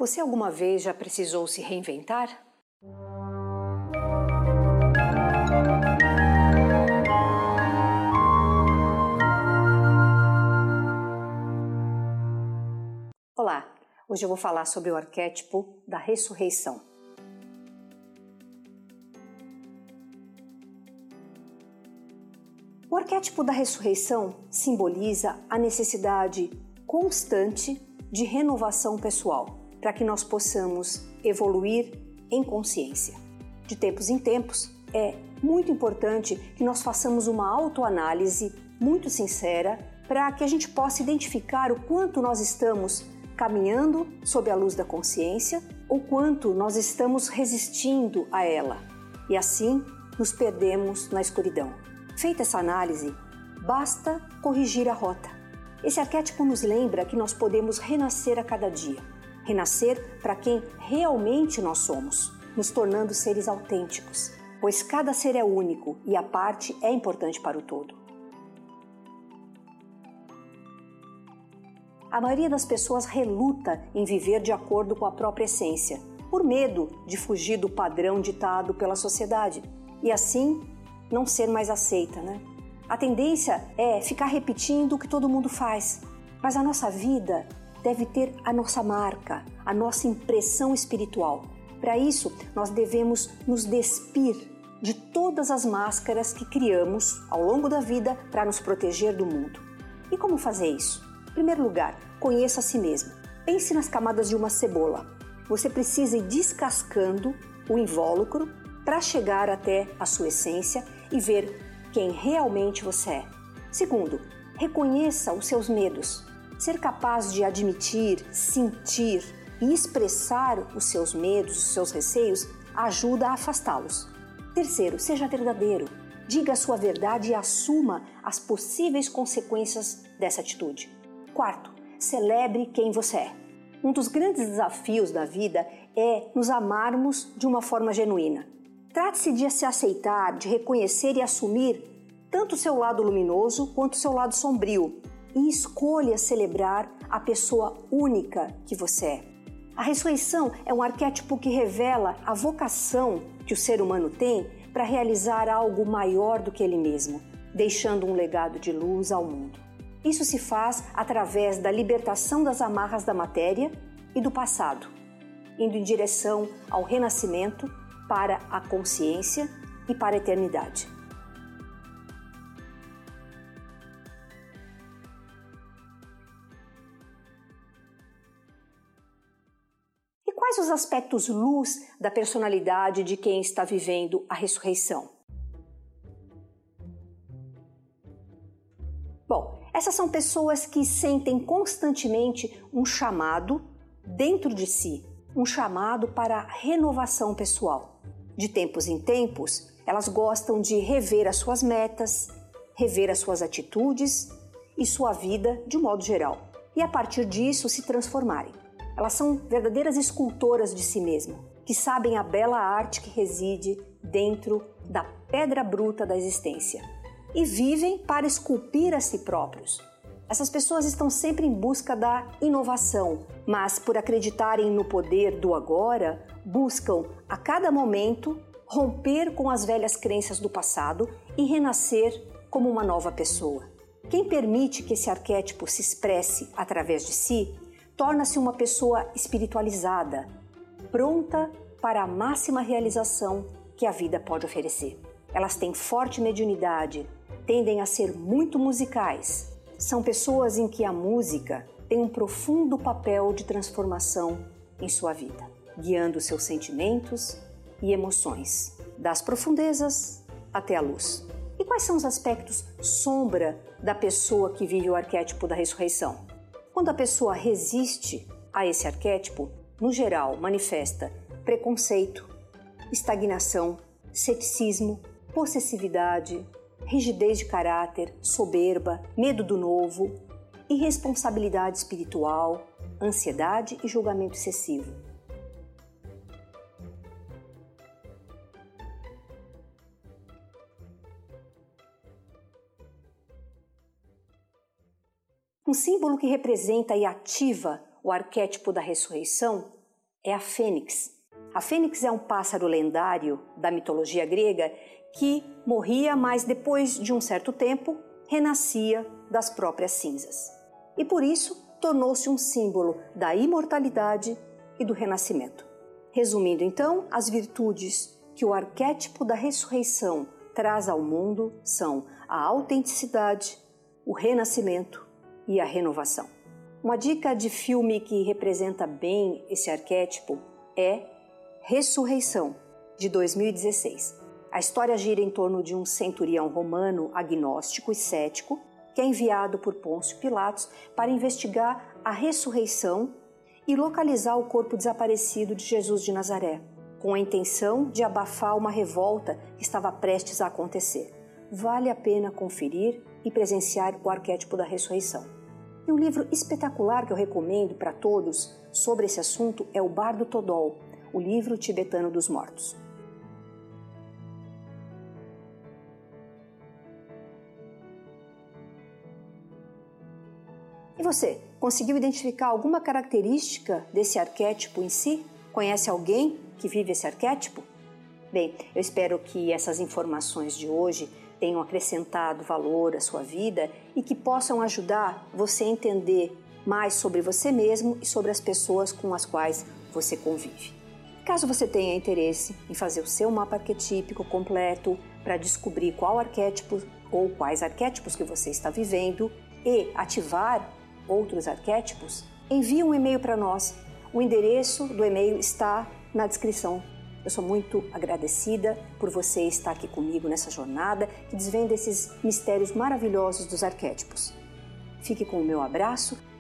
Você alguma vez já precisou se reinventar? Olá, hoje eu vou falar sobre o arquétipo da ressurreição. O arquétipo da ressurreição simboliza a necessidade constante de renovação pessoal, para que nós possamos evoluir em consciência. De tempos em tempos, é muito importante que nós façamos uma autoanálise muito sincera para que a gente possa identificar o quanto nós estamos caminhando sob a luz da consciência ou quanto nós estamos resistindo a ela e assim nos perdemos na escuridão. Feita essa análise, basta corrigir a rota. Esse arquétipo nos lembra que nós podemos renascer a cada dia. Renascer para quem realmente nós somos, nos tornando seres autênticos, pois cada ser é único e a parte é importante para o todo. A maioria das pessoas reluta em viver de acordo com a própria essência, por medo de fugir do padrão ditado pela sociedade e assim não ser mais aceita, né? A tendência é ficar repetindo o que todo mundo faz, mas a nossa vida deve ter a nossa marca, a nossa impressão espiritual. Para isso, nós devemos nos despir de todas as máscaras que criamos ao longo da vida para nos proteger do mundo. E como fazer isso? Em primeiro lugar, conheça a si mesmo. Pense nas camadas de uma cebola. Você precisa ir descascando o invólucro para chegar até a sua essência e ver quem realmente você é. Segundo, reconheça os seus medos. Ser capaz de admitir, sentir e expressar os seus medos, os seus receios, ajuda a afastá-los. Terceiro, seja verdadeiro. Diga a sua verdade e assuma as possíveis consequências dessa atitude. Quarto, celebre quem você é. Um dos grandes desafios da vida é nos amarmos de uma forma genuína. Trate-se de se aceitar, de reconhecer e assumir tanto o seu lado luminoso quanto o seu lado sombrio e escolha celebrar a pessoa única que você é. A ressurreição é um arquétipo que revela a vocação que o ser humano tem para realizar algo maior do que ele mesmo, deixando um legado de luz ao mundo. Isso se faz através da libertação das amarras da matéria e do passado, indo em direção ao renascimento para a consciência e para a eternidade. E quais os aspectos luz da personalidade de quem está vivendo a ressurreição? Bom, essas são pessoas que sentem constantemente um chamado dentro de si, um chamado para a renovação pessoal. De tempos em tempos, elas gostam de rever as suas metas, rever as suas atitudes e sua vida de um modo geral, e a partir disso se transformarem. Elas são verdadeiras escultoras de si mesmas, que sabem a bela arte que reside dentro da pedra bruta da existência e vivem para esculpir a si próprios. Essas pessoas estão sempre em busca da inovação, mas por acreditarem no poder do agora, buscam a cada momento romper com as velhas crenças do passado e renascer como uma nova pessoa. Quem permite que esse arquétipo se expresse através de si, torna-se uma pessoa espiritualizada, pronta para a máxima realização que a vida pode oferecer. Elas têm forte mediunidade, tendem a ser muito musicais. São pessoas em que a música tem um profundo papel de transformação em sua vida, guiando seus sentimentos e emoções, das profundezas até a luz. E quais são os aspectos sombra da pessoa que vive o arquétipo da ressurreição? Quando a pessoa resiste a esse arquétipo, no geral manifesta preconceito, estagnação, ceticismo, possessividade, rigidez de caráter, soberba, medo do novo, irresponsabilidade espiritual, ansiedade e julgamento excessivo. Um símbolo que representa e ativa o arquétipo da ressurreição é a fênix. A fênix é um pássaro lendário da mitologia grega que morria, mas depois de um certo tempo renascia das próprias cinzas. E por isso tornou-se um símbolo da imortalidade e do renascimento. Resumindo então, as virtudes que o arquétipo da ressurreição traz ao mundo são a autenticidade, o renascimento e a renovação. Uma dica de filme que representa bem esse arquétipo é Ressurreição, de 2016. A história gira em torno de um centurião romano agnóstico e cético que é enviado por Pôncio Pilatos para investigar a ressurreição e localizar o corpo desaparecido de Jesus de Nazaré, com a intenção de abafar uma revolta que estava prestes a acontecer. Vale a pena conferir e presenciar o arquétipo da ressurreição. E um livro espetacular que eu recomendo para todos sobre esse assunto é o Bardo Todol, o livro tibetano dos mortos. E você, conseguiu identificar alguma característica desse arquétipo em si? Conhece alguém que vive esse arquétipo? Bem, eu espero que essas informações de hoje tenham acrescentado valor à sua vida e que possam ajudar você a entender mais sobre você mesmo e sobre as pessoas com as quais você convive. Caso você tenha interesse em fazer o seu mapa arquetípico completo para descobrir qual arquétipo ou quais arquétipos que você está vivendo e ativar outros arquétipos, envie um e-mail para nós. O endereço do e-mail está na descrição. Eu sou muito agradecida por você estar aqui comigo nessa jornada que desvenda esses mistérios maravilhosos dos arquétipos. Fique com o meu abraço